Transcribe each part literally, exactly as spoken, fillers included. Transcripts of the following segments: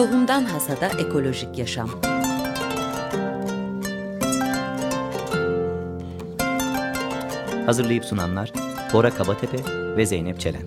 Tohumdan Hasada Ekolojik Yaşam. Hazırlayıp sunanlar Bora Kabatepe ve Zeynep Çelen.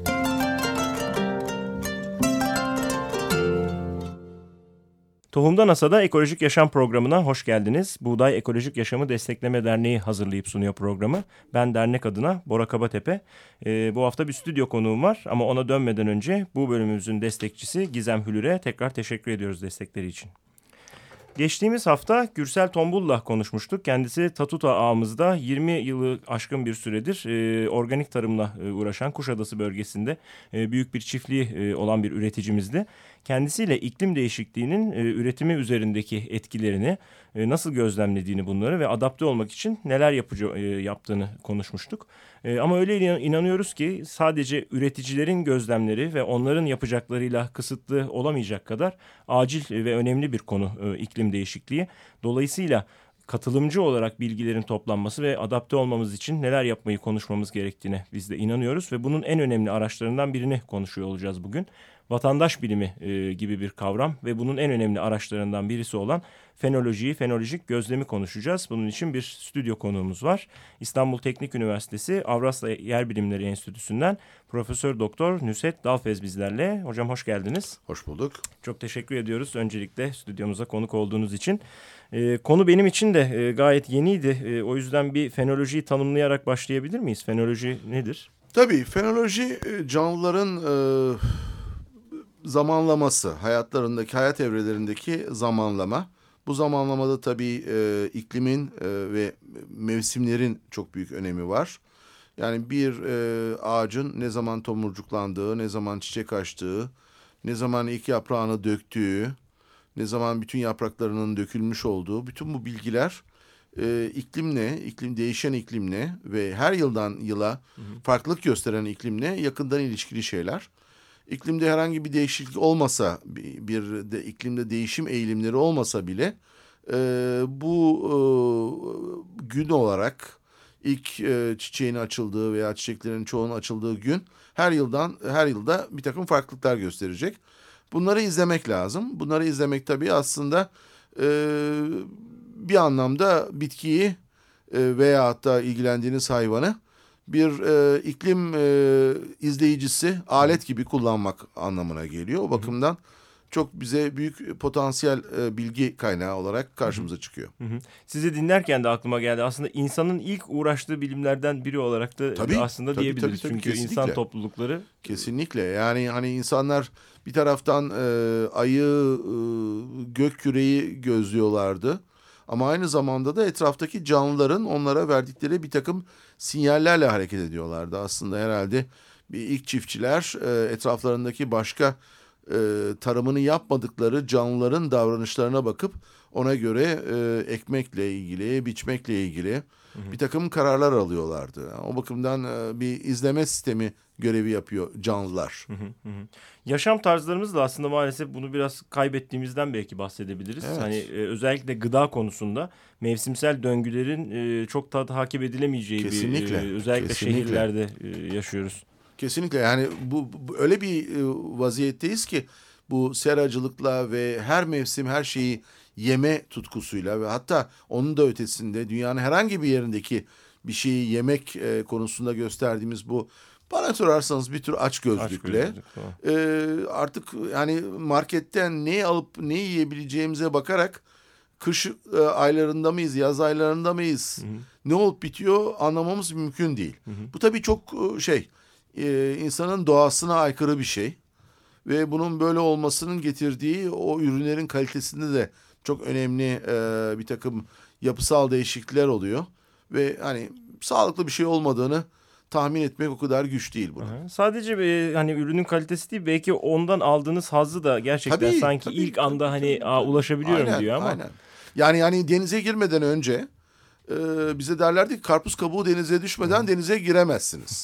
Tohumdan Hasada Ekolojik Yaşam programına hoş geldiniz. Buğday Ekolojik Yaşamı Destekleme Derneği hazırlayıp sunuyor programı. Ben dernek adına Bora Kabatepe. Ee, bu hafta bir stüdyo konuğum var ama ona dönmeden önce bu bölümümüzün destekçisi Gizem Hülür'e tekrar teşekkür ediyoruz destekleri için. Geçtiğimiz hafta Gürsel Tombul'la konuşmuştuk. Kendisi Tatuta ağımızda yirmi yılı aşkın bir süredir e, organik tarımla e, uğraşan Kuşadası bölgesinde e, büyük bir çiftliği e, olan bir üreticimizdi. Kendisiyle iklim değişikliğinin e, üretimi üzerindeki etkilerini, e, nasıl gözlemlediğini bunları ve adapte olmak için neler yapıcı, e, yaptığını konuşmuştuk. E, ama öyle inan- inanıyoruz ki sadece üreticilerin gözlemleri ve onların yapacaklarıyla kısıtlı olamayacak kadar acil ve önemli bir konu e, iklim değişikliği. Dolayısıyla katılımcı olarak bilgilerin toplanması ve adapte olmamız için neler yapmayı konuşmamız gerektiğine biz de inanıyoruz ve bunun en önemli araçlarından birini konuşuyor olacağız bugün. Vatandaş bilimi e, gibi bir kavram ve bunun en önemli araçlarından birisi olan fenolojiyi, fenolojik gözlemi konuşacağız. Bunun için bir stüdyo konuğumuz var. İstanbul Teknik Üniversitesi Avrasya Yer Bilimleri Enstitüsü'nden Profesör Doktor Nusret Dalfez bizlerle. Hocam hoş geldiniz. Hoş bulduk. Çok teşekkür ediyoruz öncelikle stüdyomuza konuk olduğunuz için. E, konu benim için de e, gayet yeniydi. E, o yüzden bir fenolojiyi tanımlayarak başlayabilir miyiz? Fenoloji nedir? Tabii fenoloji canlıların e, zamanlaması, hayatlarındaki, hayat evrelerindeki zamanlama. Bu zamanlamada tabii e, iklimin e, ve mevsimlerin çok büyük önemi var. Yani bir e, ağacın ne zaman tomurcuklandığı, ne zaman çiçek açtığı, ne zaman ilk yaprağını döktüğü, ne zaman bütün yapraklarının dökülmüş olduğu, bütün bu bilgiler e, iklimle, iklim değişen iklimle ve her yıldan yıla hı hı. farklılık gösteren iklimle yakından ilişkili şeyler. İklimde herhangi bir değişiklik olmasa, bir, bir de iklimde değişim eğilimleri olmasa bile e, bu e, gün olarak ilk e, çiçeğin açıldığı veya çiçeklerin çoğunun açıldığı gün her yıldan her yılda bir takım farklılıklar gösterecek. Bunları izlemek lazım. Bunları izlemek tabii aslında e, bir anlamda bitkiyi e, veya hatta ilgilendiğiniz hayvanı bir e, iklim e, izleyicisi, alet gibi kullanmak anlamına geliyor. O bakımdan çok bize büyük potansiyel e, bilgi kaynağı olarak karşımıza çıkıyor. Hı hı. Sizi dinlerken de aklıma geldi. Aslında insanın ilk uğraştığı bilimlerden biri olarak da tabii, aslında tabii, diyebiliriz. tabii, tabii, Çünkü kesinlikle. insan toplulukları... Kesinlikle. Yani hani insanlar bir taraftan e, ayı, e, gök küreyi gözlüyorlardı. Ama aynı zamanda da etraftaki canlıların onlara verdikleri bir takım sinyallerle hareket ediyorlardı. Aslında herhalde bir ilk çiftçiler e, etraflarındaki başka e, tarımını yapmadıkları canlıların davranışlarına bakıp ona göre e, ekmekle ilgili, biçmekle ilgili hı hı. bir takım kararlar alıyorlardı. O bakımdan e, bir izleme sistemi görevi yapıyor canlılar. Hı hı hı. Yaşam tarzlarımız da aslında maalesef bunu biraz kaybettiğimizden belki bahsedebiliriz. Evet. Hani e, özellikle gıda konusunda mevsimsel döngülerin e, çok da takip edilemeyeceği kesinlikle, bir e, özellikle kesinlikle. şehirlerde e, yaşıyoruz. Kesinlikle yani bu, bu öyle bir e, vaziyetteyiz ki bu seracılıkla ve her mevsim her şeyi yeme tutkusuyla ve hatta onun da ötesinde dünyanın herhangi bir yerindeki bir şeyi yemek e, konusunda gösterdiğimiz bu, bana sorarsanız bir tür açgözlükle aç e, artık yani marketten ne alıp ne yiyebileceğimize bakarak kış e, aylarında mıyız, yaz aylarında mıyız, hı hı. ne olup bitiyor anlamamız mümkün değil. Hı hı. Bu tabii çok şey e, insanın doğasına aykırı bir şey ve bunun böyle olmasının getirdiği o ürünlerin kalitesinde de çok önemli e, bir takım yapısal değişiklikler oluyor ve hani sağlıklı bir şey olmadığını tahmin etmek o kadar güç değil bunu. Aha. Sadece e, hani ürünün kalitesi değil, belki ondan aldığınız hazzı da gerçekten tabii, sanki tabii, ilk anda tabii, hani tabii, Aa, ulaşabiliyorum aynen, diyor ama. Aynen. Yani yani denize girmeden önce e, bize derlerdi ki karpuz kabuğu denize düşmeden denize giremezsiniz.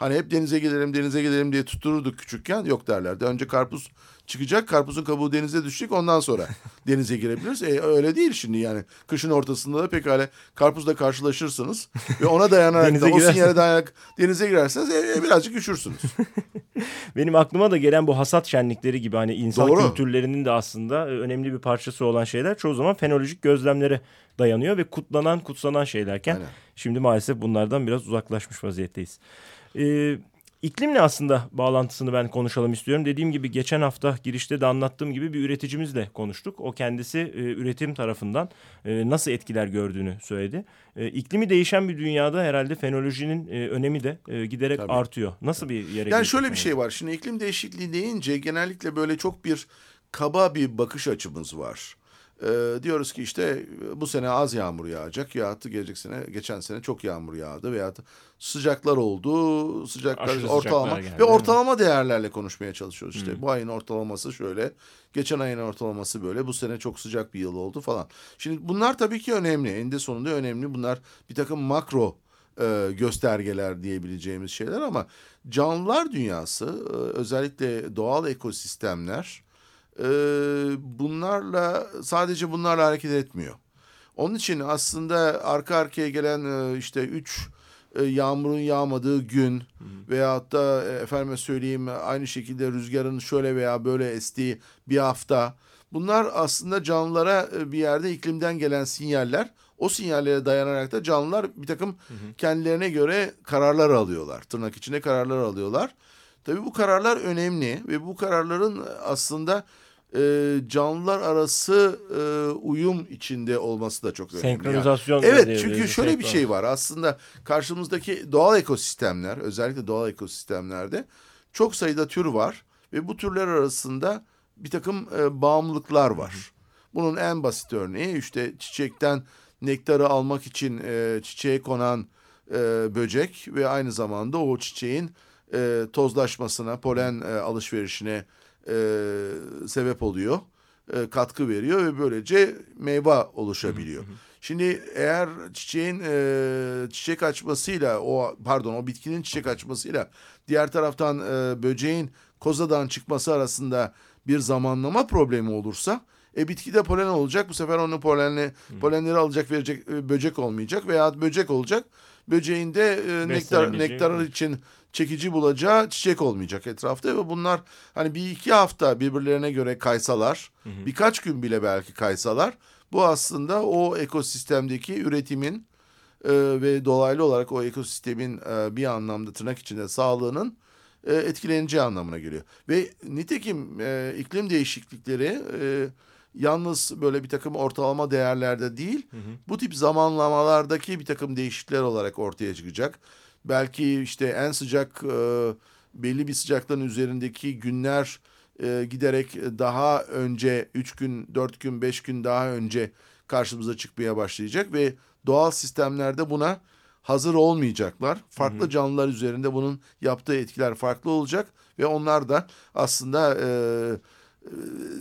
Hani hep denize gidelim denize gidelim diye tuttururduk küçükken, yok derlerdi. Önce karpuz çıkacak, karpuzun kabuğu denize düşecek, ondan sonra denize girebiliriz. E, öyle değil şimdi yani. Kışın ortasında da pekala karpuzla karşılaşırsınız ve ona dayanarak da o sinyale dayanarak denize girerseniz e, birazcık üşürsünüz. Benim aklıma da gelen bu hasat şenlikleri gibi hani insan Doğru. kültürlerinin de aslında önemli bir parçası olan şeyler çoğu zaman fenolojik gözlemlere dayanıyor ve kutlanan, kutsanan şeylerken Aynen. şimdi maalesef bunlardan biraz uzaklaşmış vaziyetteyiz. Ee, iklimle aslında bağlantısını ben konuşalım istiyorum. Dediğim gibi geçen hafta girişte de anlattığım gibi bir üreticimizle konuştuk. O kendisi e, üretim tarafından e, nasıl etkiler gördüğünü söyledi. E, iklimi değişen bir dünyada herhalde fenolojinin e, önemi de e, giderek Tabii. artıyor. Nasıl bir yere Yani gidiyor şöyle bir fenoloji? şey var. Şimdi iklim değişikliği deyince genellikle böyle çok bir kaba bir bakış açımız var. Ee, diyoruz ki işte bu sene az yağmur yağacak, yahut gelecek sene, geçen sene çok yağmur yağdı veya sıcaklar oldu, sıcaklar Aşırı ortalama sıcaklar geldi, ve değil mi? ortalama değerlerle konuşmaya çalışıyoruz işte. Bu ayın ortalaması şöyle, geçen ayın ortalaması böyle, bu sene çok sıcak bir yıl oldu falan. Şimdi bunlar tabii ki önemli, eninde sonunda önemli. Bunlar bir takım makro e, göstergeler diyebileceğimiz şeyler ama canlılar dünyası, e, özellikle doğal ekosistemler, Ee, bunlarla sadece bunlarla hareket etmiyor. Onun için aslında arka arkaya gelen e, işte üç e, yağmurun yağmadığı gün hı hı. veyahut da e, efendime söyleyeyim aynı şekilde rüzgarın şöyle veya böyle estiği bir hafta, bunlar aslında canlılara e, bir yerde iklimden gelen sinyaller. O sinyallere dayanarak da canlılar bir takım hı hı. kendilerine göre kararlar alıyorlar. Tırnak içinde kararlar alıyorlar. Tabii bu kararlar önemli ve bu kararların aslında e, canlılar arası e, uyum içinde olması da çok önemli. Senkronizasyon. Yani. Evet, diye, çünkü diye, şöyle bir senkron. şey var. Aslında karşımızdaki doğal ekosistemler, özellikle doğal ekosistemlerde çok sayıda tür var ve bu türler arasında bir takım e, bağımlılıklar var. Bunun en basit örneği işte çiçekten nektarı almak için e, çiçeğe konan e, böcek ve aynı zamanda o çiçeğin e, tozlaşmasına, polen e, alışverişine e, sebep oluyor, e, katkı veriyor ve böylece meyve oluşabiliyor. Hı hı. Şimdi eğer çiçeğin e, çiçek açmasıyla, o pardon o bitkinin çiçek açmasıyla diğer taraftan e, böceğin kozadan çıkması arasında bir zamanlama problemi olursa, e bitkide polen olacak. Bu sefer onun polenli, hmm. polenleri alacak verecek e, böcek olmayacak veya böcek olacak. Böceğin de e, nektar, nektar için çekici bulacağı çiçek olmayacak etrafta ve bunlar hani bir iki hafta birbirlerine göre kaysalar, hı hı. birkaç gün bile belki kaysalar, bu aslında o ekosistemdeki üretimin e, ve dolaylı olarak o ekosistemin e, bir anlamda tırnak içinde sağlığının e, etkileneceği anlamına geliyor. Ve nitekim e, iklim değişiklikleri e, yalnız böyle bir takım ortalama değerlerde değil, hı hı. bu tip zamanlamalardaki bir takım değişiklikler olarak ortaya çıkacak. Belki işte en sıcak e, belli bir sıcaklığın üzerindeki günler e, giderek daha önce üç gün, dört gün, beş gün daha önce karşımıza çıkmaya başlayacak ve doğal sistemlerde buna hazır olmayacaklar. Farklı hı hı. canlılar üzerinde bunun yaptığı etkiler farklı olacak ve onlar da aslında e, e,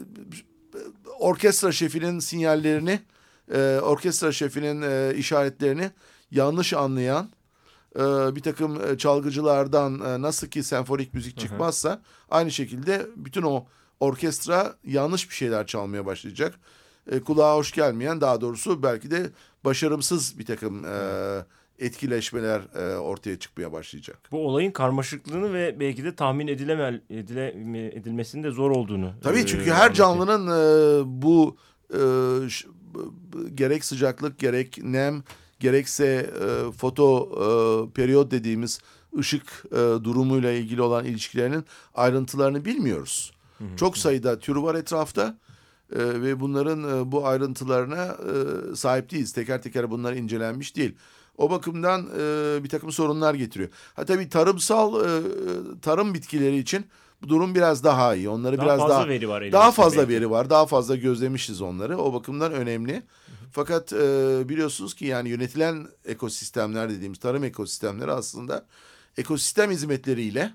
orkestra şefinin sinyallerini, e, orkestra şefinin e, işaretlerini yanlış anlayan e, bir takım e, çalgıcılardan e, nasıl ki senfonik müzik çıkmazsa, hı hı. aynı şekilde bütün o orkestra yanlış bir şeyler çalmaya başlayacak. E, kulağa hoş gelmeyen, daha doğrusu belki de başarımsız bir takım e, etkileşmeler e, ortaya çıkmaya başlayacak. Bu olayın karmaşıklığını ve belki de tahmin edileme, edile, edilmesinin de zor olduğunu. Tabii çünkü e, her canlının e, bu e, ş, gerek sıcaklık, gerek nem, gerekse e, foto e, periyot dediğimiz ışık e, durumuyla ilgili olan ilişkilerinin ayrıntılarını bilmiyoruz. Hı hı. Çok sayıda tür var etrafta. Ee, ve bunların e, bu ayrıntılarına e, sahip değiliz. Teker teker bunlar incelenmiş değil. O bakımdan e, bir takım sorunlar getiriyor. Ha tabii tarımsal e, tarım bitkileri için bu durum biraz daha iyi. Onları daha biraz fazla daha veri var. Daha fazla belki. veri var. Daha fazla gözlemişiz onları. O bakımdan önemli. Hı hı. Fakat e, biliyorsunuz ki yani yönetilen ekosistemler dediğimiz tarım ekosistemleri aslında ekosistem hizmetleriyle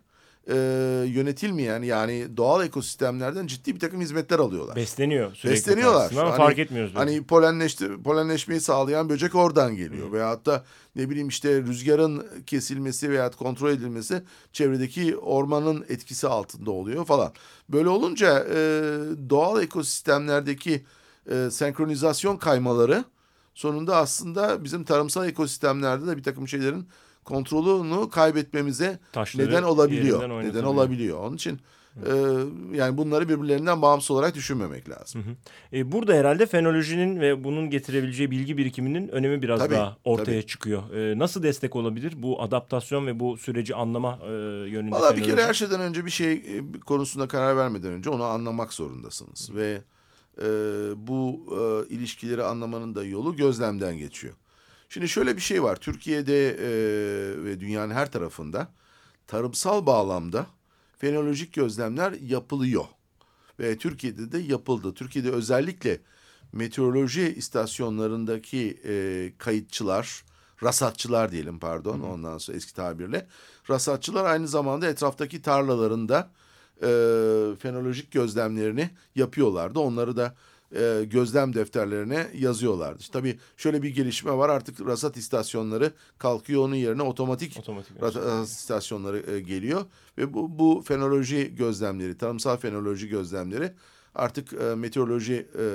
e, yönetilmeyen yani doğal ekosistemlerden ciddi bir takım hizmetler alıyorlar. Besleniyor sürekli. Besleniyorlar. Ama hani, fark etmiyoruz. Hani polenleşti, polenleşmeyi sağlayan böcek oradan geliyor. Hı. Veyahut da ne bileyim işte rüzgarın kesilmesi veya kontrol edilmesi çevredeki ormanın etkisi altında oluyor falan. Böyle olunca e, doğal ekosistemlerdeki e, senkronizasyon kaymaları sonunda aslında bizim tarımsal ekosistemlerde de bir takım şeylerin kontrolünü kaybetmemize Taşları neden olabiliyor. Neden olabiliyor. Onun için e, yani bunları birbirlerinden bağımsız olarak düşünmemek lazım. Hı hı. E, burada herhalde fenolojinin ve bunun getirebileceği bilgi birikiminin önemi biraz tabii, daha ortaya tabii. çıkıyor. E, nasıl destek olabilir bu adaptasyon ve bu süreci anlama e, yönünde? Valla bir kere her şeyden önce bir şey e, konusunda karar vermeden önce onu anlamak zorundasınız. Hı. Ve e, bu e, ilişkileri anlamanın da yolu gözlemden geçiyor. Şimdi şöyle bir şey var. Türkiye'de e, ve dünyanın her tarafında tarımsal bağlamda fenolojik gözlemler yapılıyor. Ve Türkiye'de de yapıldı. Türkiye'de özellikle meteoroloji istasyonlarındaki e, kayıtçılar, rasatçılar diyelim pardon, Hı. ondan sonra eski tabirle. Rasatçılar aynı zamanda etraftaki tarlalarında e, fenolojik gözlemlerini yapıyorlardı. Onları da E, gözlem defterlerine yazıyorlardı. İşte tabii şöyle bir gelişme var, artık rasat istasyonları kalkıyor, onun yerine otomatik, otomatik rasat istasyonları e, geliyor ve bu, bu fenoloji gözlemleri, tarımsal fenoloji gözlemleri artık e, meteoroloji e,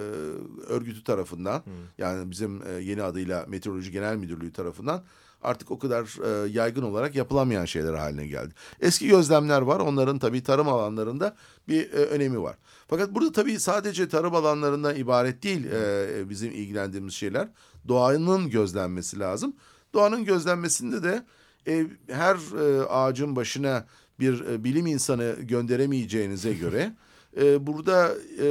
örgütü tarafından hmm. yani bizim e, yeni adıyla Meteoroloji Genel Müdürlüğü tarafından artık o kadar e, yaygın olarak yapılamayan şeyler haline geldi. Eski gözlemler var. Onların tabii tarım alanlarında bir e, önemi var. Fakat burada tabii sadece tarım alanlarından ibaret değil e, bizim ilgilendiğimiz şeyler. Doğanın gözlenmesi lazım. Doğanın gözlenmesinde de e, her e, ağacın başına bir e, bilim insanı gönderemeyeceğinize göre e, burada e,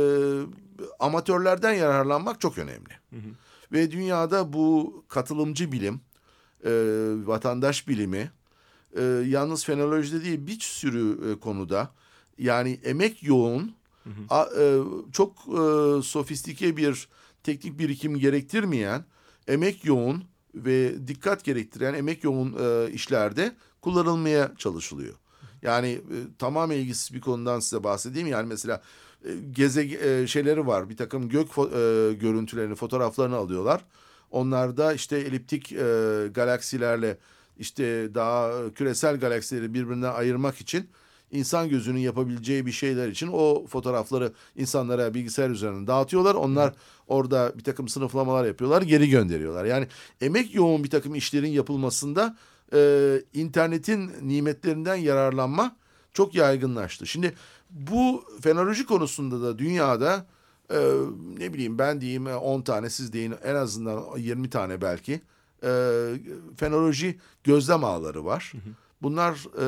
amatörlerden yararlanmak çok önemli. Hı hı. Ve dünyada bu katılımcı bilim, E, vatandaş bilimi e, yalnız fenolojide değil bir sürü e, konuda yani emek yoğun hı hı. A, e, çok e, sofistike bir teknik birikim gerektirmeyen emek yoğun ve dikkat gerektiren emek yoğun e, işlerde kullanılmaya çalışılıyor. Yani e, tamamen ilgisiz bir konudan size bahsedeyim. Yani mesela e, geze e, şeyleri var, bir takım gök fo- e, görüntülerini, fotoğraflarını alıyorlar. Onlarda işte eliptik e, galaksilerle işte daha küresel galaksileri birbirinden ayırmak için insan gözünün yapabileceği bir şeyler için o fotoğrafları insanlara bilgisayar üzerinden dağıtıyorlar. Onlar orada bir takım sınıflamalar yapıyorlar, geri gönderiyorlar. Yani emek yoğun bir takım işlerin yapılmasında e, internetin nimetlerinden yararlanma çok yaygınlaştı. Şimdi bu fenoloji konusunda da dünyada Ee, ne bileyim ben diyeyim on tane, siz deyin en azından yirmi tane belki e, fenoloji gözlem ağları var. Hı hı. Bunlar e,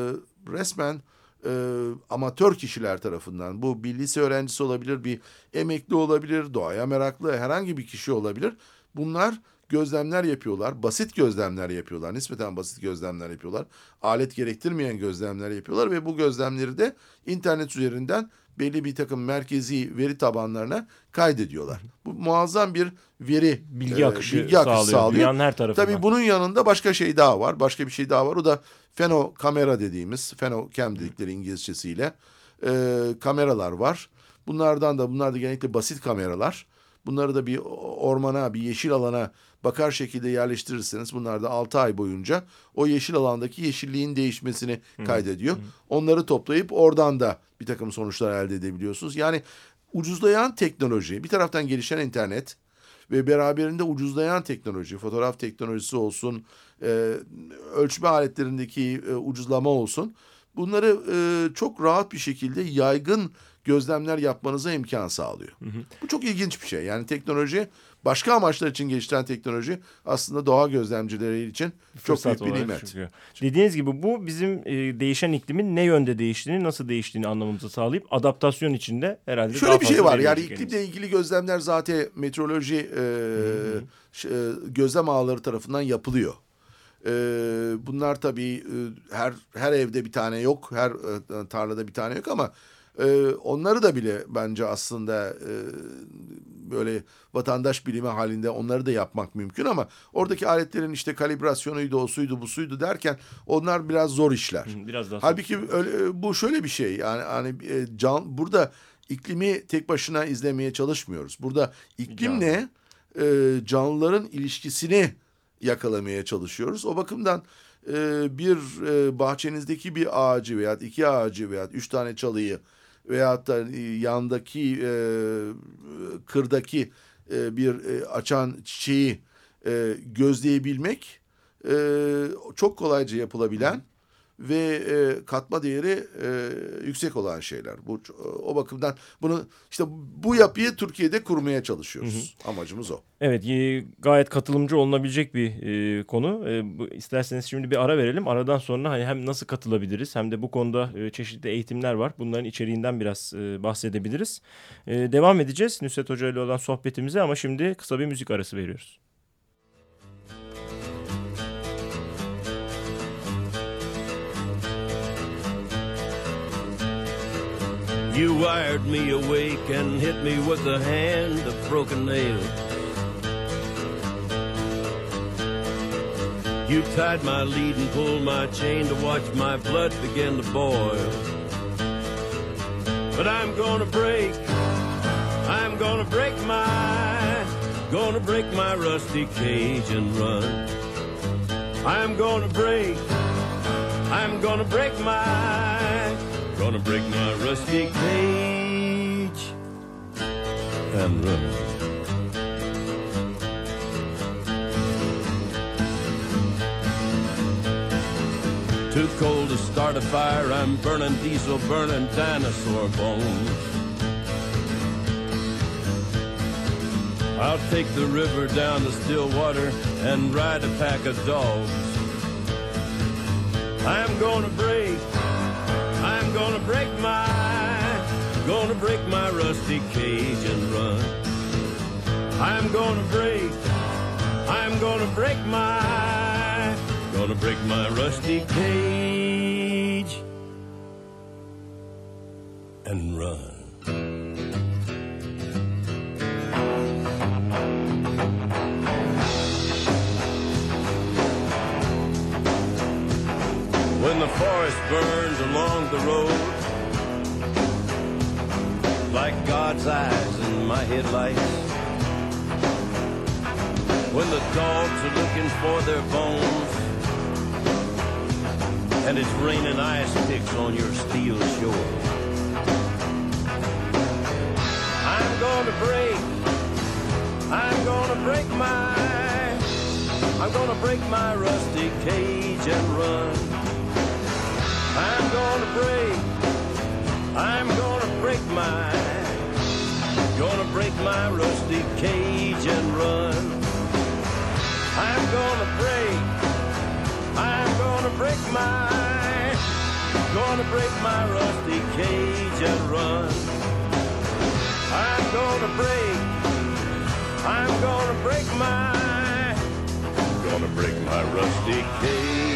resmen e, amatör kişiler tarafından, bu bir lise öğrencisi olabilir, bir emekli olabilir, doğaya meraklı herhangi bir kişi olabilir. Bunlar gözlemler yapıyorlar, basit gözlemler yapıyorlar, nispeten basit gözlemler yapıyorlar, alet gerektirmeyen gözlemler yapıyorlar ve bu gözlemleri de internet üzerinden belli bir takım merkezi veri tabanlarına kaydediyorlar. Bu muazzam bir veri bilgi akışı, e, bilgi akışı sağlıyor. sağlıyor. Dünyanın her tarafından. Tabii bunun yanında başka şey daha var. Başka bir şey daha var. O da fenokamera dediğimiz, fenocam dedikleri İngilizcesiyle e, kameralar var. Bunlardan da bunlar da genellikle basit kameralar. Bunları da bir ormana, bir yeşil alana bakar şekilde yerleştirirseniz bunlar da altı ay boyunca o yeşil alandaki yeşilliğin değişmesini kaydediyor. Hı hı. Onları toplayıp oradan da bir takım sonuçlar elde edebiliyorsunuz. Yani ucuzlayan teknoloji, bir taraftan gelişen internet ve beraberinde ucuzlayan teknoloji, fotoğraf teknolojisi olsun, e, ölçme aletlerindeki e, ucuzlama olsun. Bunları e, çok rahat bir şekilde yaygın gözlemler yapmanıza imkan sağlıyor. Hı hı. Bu çok ilginç bir şey. Yani teknoloji, başka amaçlar için geliştirilen teknoloji aslında doğa gözlemcileri için çok büyük bir nimet. Çıkıyor. Dediğiniz gibi bu bizim e, değişen iklimin ne yönde değiştiğini, nasıl değiştiğini anlamamızı sağlayıp adaptasyon içinde herhalde şöyle daha bir fazla şey var. Yani iklimle henüz. ilgili gözlemler zaten meteoroloji e, hı hı. gözlem ağları tarafından yapılıyor. E, bunlar tabii e, her her evde bir tane yok, her e, tarlada bir tane yok ama E, onları da bile bence aslında e, böyle vatandaş bilimi halinde onları da yapmak mümkün ama oradaki aletlerin işte kalibrasyonuydu, o suydu, bu suydu derken onlar biraz zor işler. Biraz daha Halbuki öyle, bu şöyle bir şey yani hani e, can, burada iklimi tek başına izlemeye çalışmıyoruz. Burada iklimle e, canlıların ilişkisini yakalamaya çalışıyoruz. O bakımdan e, bir e, bahçenizdeki bir ağacı veya iki ağacı veya üç tane çalıyı veyahut da e, yandaki e, kırdaki e, bir e, açan çiçeği e, gözleyebilmek e, çok kolayca yapılabilen ve e, katma değeri e, yüksek olan şeyler. Bu o bakımdan bunu işte bu yapıyı Türkiye'de kurmaya çalışıyoruz. Hı hı. Amacımız o. Evet, e, gayet katılımcı olunabilecek bir e, konu. E, bu, isterseniz şimdi bir ara verelim. Aradan sonra hani hem nasıl katılabiliriz hem de bu konuda e, çeşitli eğitimler var. Bunların içeriğinden biraz e, bahsedebiliriz. E, devam edeceğiz Nusret Hoca ile olan sohbetimize ama şimdi kısa bir müzik arası veriyoruz. You wired me awake and hit me with a hand of broken nail. You tied my lead and pulled my chain to watch my blood begin to boil. But I'm gonna break, I'm gonna break my, gonna break my rusty cage and run. I'm gonna break, I'm gonna break my, gonna break my rusty cage and run. Too cold to start a fire, I'm burning diesel, burning dinosaur bones. I'll take the river down to Stillwater and ride a pack of dogs. I'm gonna break, I'm gonna break my, gonna break my rusty cage and run. I'm gonna break, I'm gonna break my, gonna break my rusty cage and run. When the forest burns along the road like God's eyes in my headlights, when the dogs are looking for their bones and it's raining ice picks on your steel shore, I'm gonna break, I'm gonna break my, I'm gonna break my rusty cage and run. I'm gonna break, I'm gonna break my, gonna break my rusty cage and run. I'm gonna break, I'm gonna break my, gonna break my rusty cage and run. I'm gonna break, I'm gonna break my, gonna break my rusty cage.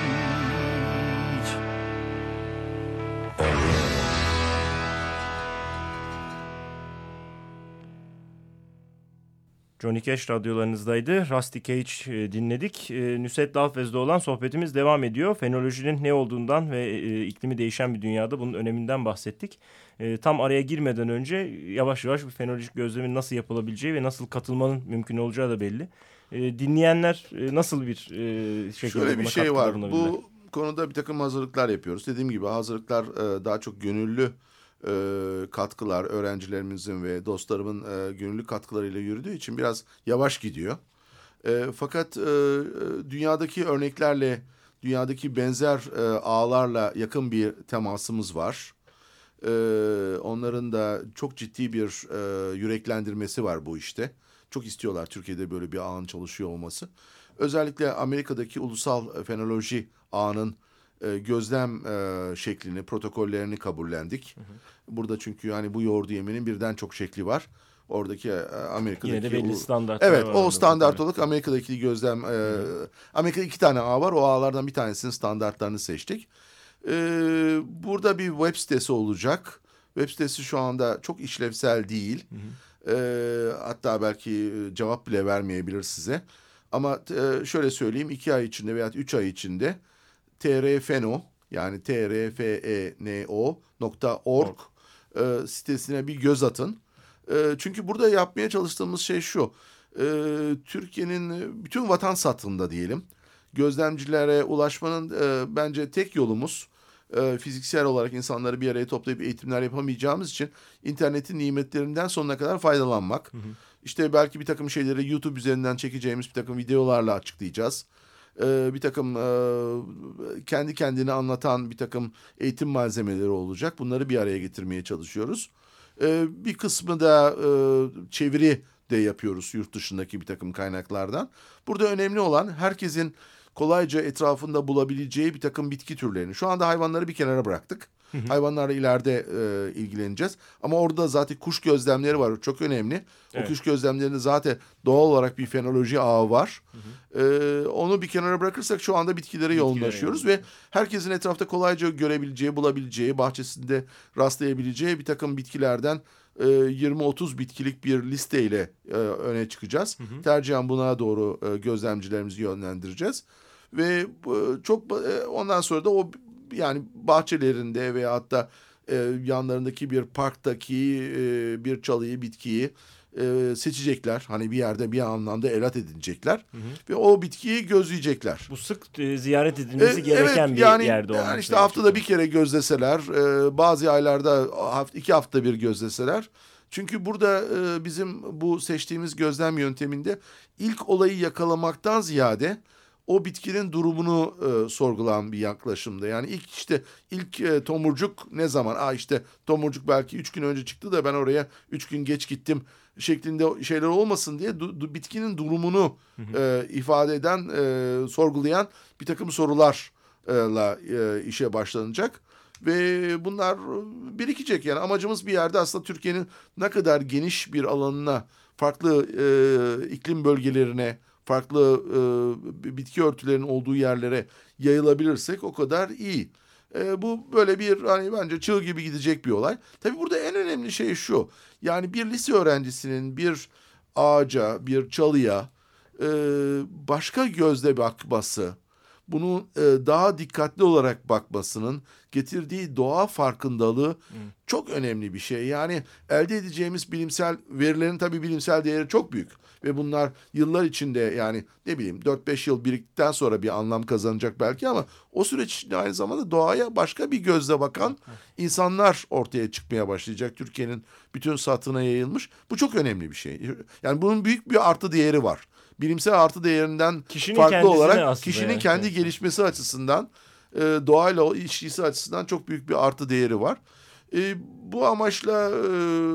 Johnny Cash radyolarınızdaydı. Rusty Cage dinledik. Nusret Dalfez'le olan sohbetimiz devam ediyor. Fenolojinin ne olduğundan ve iklimi değişen bir dünyada bunun öneminden bahsettik. Tam araya girmeden önce yavaş yavaş bir fenolojik gözlemin nasıl yapılabileceği ve nasıl katılmanın mümkün olacağı da belli. Dinleyenler nasıl bir şekilde Şöyle bir buna şey var. bulunabilirler? Bu konuda bir takım hazırlıklar yapıyoruz. Dediğim gibi hazırlıklar daha çok gönüllü E, katkılar, öğrencilerimizin ve dostlarımın e, gönüllü katkılarıyla yürüdüğü için biraz yavaş gidiyor. E, fakat e, dünyadaki örneklerle, dünyadaki benzer e, ağlarla yakın bir temasımız var. E, onların da çok ciddi bir e, yüreklendirmesi var bu işte. Çok istiyorlar Türkiye'de böyle bir ağın çalışıyor olması. Özellikle Amerika'daki ulusal fenoloji ağının gözlem e, şeklini, protokollerini kabullendik. Hı hı. Burada çünkü yani bu yoğurdu yemenin birden çok şekli var. Oradaki e, Amerika'daki... Yine de belli standartlar Evet, var. o standart olarak Amerika'daki gözlem... E, Amerika'da iki tane ağ var. O ağlardan bir tanesinin standartlarını seçtik. E, burada bir web sitesi olacak. Web sitesi şu anda çok işlevsel değil. Hı hı. E, hatta belki cevap bile vermeyebilir size. Ama e, şöyle söyleyeyim, iki ay içinde veya üç ay içinde trfeno yani t r f e n o nokta org e, sitesine bir göz atın. E, çünkü burada yapmaya çalıştığımız şey şu. E, Türkiye'nin bütün vatan satında diyelim, gözlemcilere ulaşmanın e, bence tek yolumuz e, fiziksel olarak insanları bir araya toplayıp eğitimler yapamayacağımız için internetin nimetlerinden sonuna kadar faydalanmak. Hı hı. İşte belki bir takım şeyleri YouTube üzerinden çekeceğimiz bir takım videolarla açıklayacağız. E, bir takım e, kendi kendine anlatan bir takım eğitim malzemeleri olacak. Bunları bir araya getirmeye çalışıyoruz. E, bir kısmı da e, çeviri de yapıyoruz yurt dışındaki bir takım kaynaklardan. Burada önemli olan herkesin kolayca etrafında bulabileceği bir takım bitki türlerini. Şu anda hayvanları bir kenara bıraktık. Hı hı. Hayvanlarla ileride e, ilgileneceğiz. Ama orada zaten kuş gözlemleri var. Çok önemli. Evet. O kuş gözlemlerinde zaten doğal olarak bir fenoloji ağı var. Hı hı. E, onu bir kenara bırakırsak şu anda bitkilere yoğunlaşıyoruz. Ve herkesin etrafta kolayca görebileceği, bulabileceği, bahçesinde rastlayabileceği bir takım bitkilerden yirmi otuz bitkilik bir listeyle e, öne çıkacağız. Hı hı. Tercihen buna doğru e, gözlemcilerimizi yönlendireceğiz. Ve e, çok e, ondan sonra da o yani bahçelerinde veya hatta e, yanlarındaki bir parktaki e, bir çalıyı, bitkiyi e, seçecekler. Hani bir yerde bir anlamda evlat edinecekler. Hı hı. Ve o bitkiyi gözleyecekler. Bu sık e, ziyaret edilmesi e, gereken evet, bir yani, yerde olması. Yani işte haftada bir kere gözleseler, e, bazı aylarda iki hafta bir gözleseler. Çünkü burada e, bizim bu seçtiğimiz gözlem yönteminde ilk olayı yakalamaktan ziyade o bitkinin durumunu e, sorgulayan bir yaklaşımda. Yani ilk işte ilk e, tomurcuk ne zaman? Aa işte tomurcuk belki üç gün önce çıktı da ben oraya üç gün geç gittim şeklinde şeyler olmasın diye du, du, bitkinin durumunu e, ifade eden, e, sorgulayan bir takım sorularla e, işe başlanacak. Ve bunlar birikecek. Yani amacımız bir yerde aslında Türkiye'nin ne kadar geniş bir alanına, farklı e, iklim bölgelerine, farklı e, bitki örtülerinin olduğu yerlere yayılabilirsek o kadar iyi. E, bu böyle bir hani bence çığ gibi gidecek bir olay. Tabii burada en önemli şey şu. Yani bir lise öğrencisinin bir ağaca, bir çalıya e, başka gözle bakması, bunu e, daha dikkatli olarak bakmasının getirdiği doğa farkındalığı hmm. çok önemli bir şey. Yani elde edeceğimiz bilimsel verilerin tabii bilimsel değeri çok büyük. Ve bunlar yıllar içinde yani ne bileyim dört beş yıl biriktikten sonra bir anlam kazanacak belki ama o süreç içinde aynı zamanda doğaya başka bir gözle bakan insanlar ortaya çıkmaya başlayacak. Türkiye'nin bütün satına yayılmış. Bu çok önemli bir şey. Yani bunun büyük bir artı değeri var. Bilimsel artı değerinden kişinin farklı olarak kişinin yani. kendi evet. gelişmesi açısından, e, doğayla ilişkisi açısından çok büyük bir artı değeri var. E, bu amaçla e,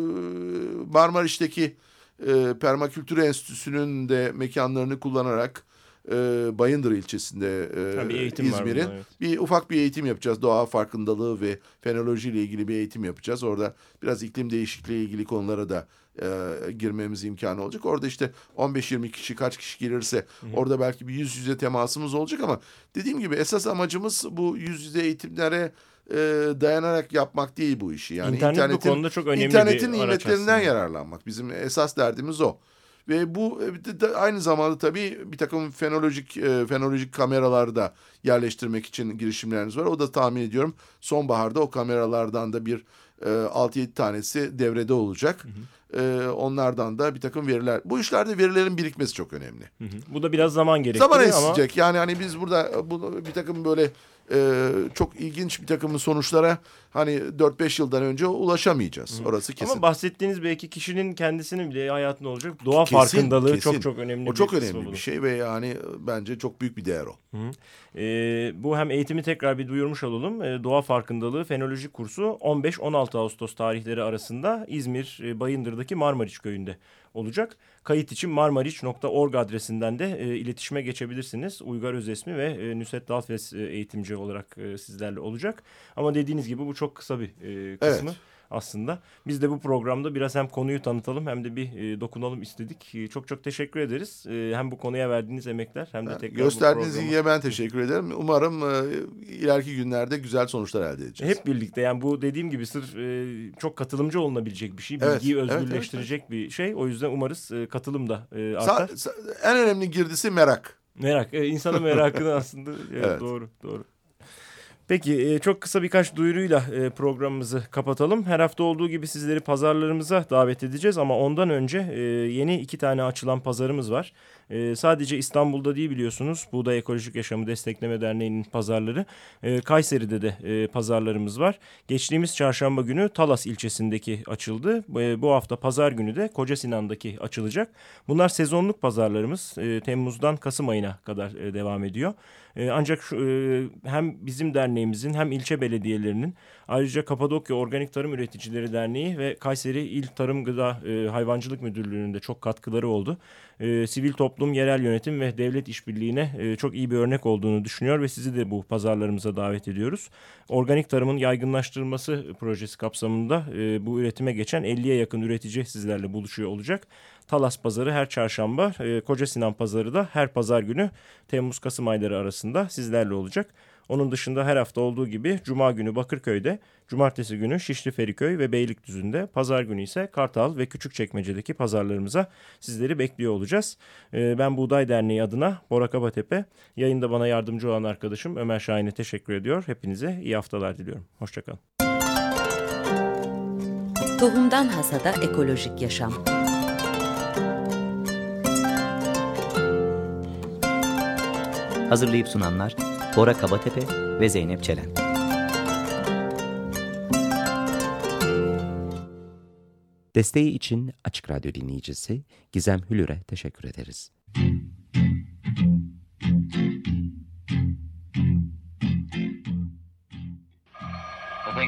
Marmaris'teki e, Permakültür Enstitüsü'nün de mekanlarını kullanarak e, Bayındır ilçesinde e, İzmir'in evet. bir ufak bir eğitim yapacağız. Doğa farkındalığı ve fenoloji ile ilgili bir eğitim yapacağız. Orada biraz iklim değişikliği ile ilgili konulara da E, girmemiz imkanı olacak. Orada işte on beş yirmi kişi kaç kişi gelirse hı hı. orada belki bir yüz yüze temasımız olacak ama dediğim gibi esas amacımız bu yüz yüze eğitimlere e, dayanarak yapmak değil bu işi. Yani İnternet internetin, bu konuda çok önemli internetin bir nimetlerinden yararlanmak. Bizim esas derdimiz o. Ve bu de, aynı zamanda tabii bir takım fenolojik e, fenolojik kameralar da yerleştirmek için girişimleriniz var. O da tahmin ediyorum sonbaharda o kameralardan da bir e, altı yedi tanesi devrede olacak. Hı hı. Ee, onlardan da bir takım veriler. Bu işlerde verilerin birikmesi çok önemli. Hı hı. Bu da biraz zaman gerektiriyor zaman ama. Zaman isteyecek. Yani hani biz burada bu, bir takım böyle e, çok ilginç bir takım sonuçlara hani dört beş yıldan önce ulaşamayacağız. Hı. Orası kesin. Ama bahsettiğiniz belki kişinin kendisinin bile hayatında olacak doğa kesin, farkındalığı kesin. çok çok önemli. O çok önemli bir, bir şey ve yani bence çok büyük bir değer o. Hı. Ee, bu hem eğitimi tekrar bir duyurmuş olalım. Ee, doğa farkındalığı fenoloji kursu on beş on altı Ağustos tarihleri arasında İzmir e, Bayındır'daki Marmariç köyünde olacak. Kayıt için marmariç nokta org adresinden de e, iletişime geçebilirsiniz. Uygar Özesmi ve e, Nusret Dalfes e, eğitimci olarak e, sizlerle olacak. Ama dediğiniz gibi bu çok kısa bir e, kısmı. Evet. aslında. Biz de bu programda biraz hem konuyu tanıtalım hem de bir e, dokunalım istedik. E, çok çok teşekkür ederiz. E, hem bu konuya verdiğiniz emekler hem de Ben tekrar gösterdiğiniz bu programı... ilgiye ben teşekkür ederim. Umarım e, ileriki günlerde güzel sonuçlar elde edeceğiz. Hep birlikte, yani bu dediğim gibi sırf e, çok katılımcı olunabilecek bir şey. Evet, Bilgiyi evet, özgürleştirecek evet, bir şey. O yüzden umarız e, katılım da e, artar. Sa- sa- en önemli girdisi merak. Merak. E, insana merakını aslında. Evet, Evet. Doğru, doğru. Peki çok kısa birkaç duyuruyla programımızı kapatalım. Her hafta olduğu gibi sizleri pazarlarımıza davet edeceğiz ama ondan önce yeni iki tane açılan pazarımız var. Sadece İstanbul'da değil, biliyorsunuz, Buğday Ekolojik Yaşamı Destekleme Derneği'nin pazarları. Kayseri'de de pazarlarımız var. Geçtiğimiz çarşamba günü Talas ilçesindeki açıldı. Bu hafta pazar günü de Kocasinan'daki açılacak. Bunlar sezonluk pazarlarımız. Temmuz'dan Kasım ayına kadar devam ediyor. Ancak şu, hem bizim derneğimizin hem ilçe belediyelerinin, ayrıca Kapadokya Organik Tarım Üreticileri Derneği ve Kayseri İl Tarım Gıda Hayvancılık Müdürlüğü'nün de çok katkıları oldu. Sivil toplum, yerel yönetim ve devlet işbirliğine çok iyi bir örnek olduğunu düşünüyor ve sizi de bu pazarlarımıza davet ediyoruz. Organik tarımın yaygınlaştırılması projesi kapsamında bu üretime geçen elliye yakın üretici sizlerle buluşuyor olacak. Talas Pazarı her çarşamba, Kocasinan Pazarı da her pazar günü Temmuz-Kasım ayları arasında sizlerle olacak. Onun dışında her hafta olduğu gibi Cuma günü Bakırköy'de, Cumartesi günü Şişli Feriköy ve Beylikdüzü'nde, Pazar günü ise Kartal ve Küçükçekmece'deki pazarlarımıza sizleri bekliyor olacağız. Ben Buğday Derneği adına Bora Kabatepe, yayında bana yardımcı olan arkadaşım Ömer Şahin'e teşekkür ediyor. Hepinize iyi haftalar diliyorum. Hoşçakalın. Tohumdan Hasada Ekolojik Yaşam. Hazırlayıp sunanlar Bora Kabatepe ve Zeynep Çelen. Desteği için Açık Radyo dinleyicisi Gizem Hülür'e teşekkür ederiz.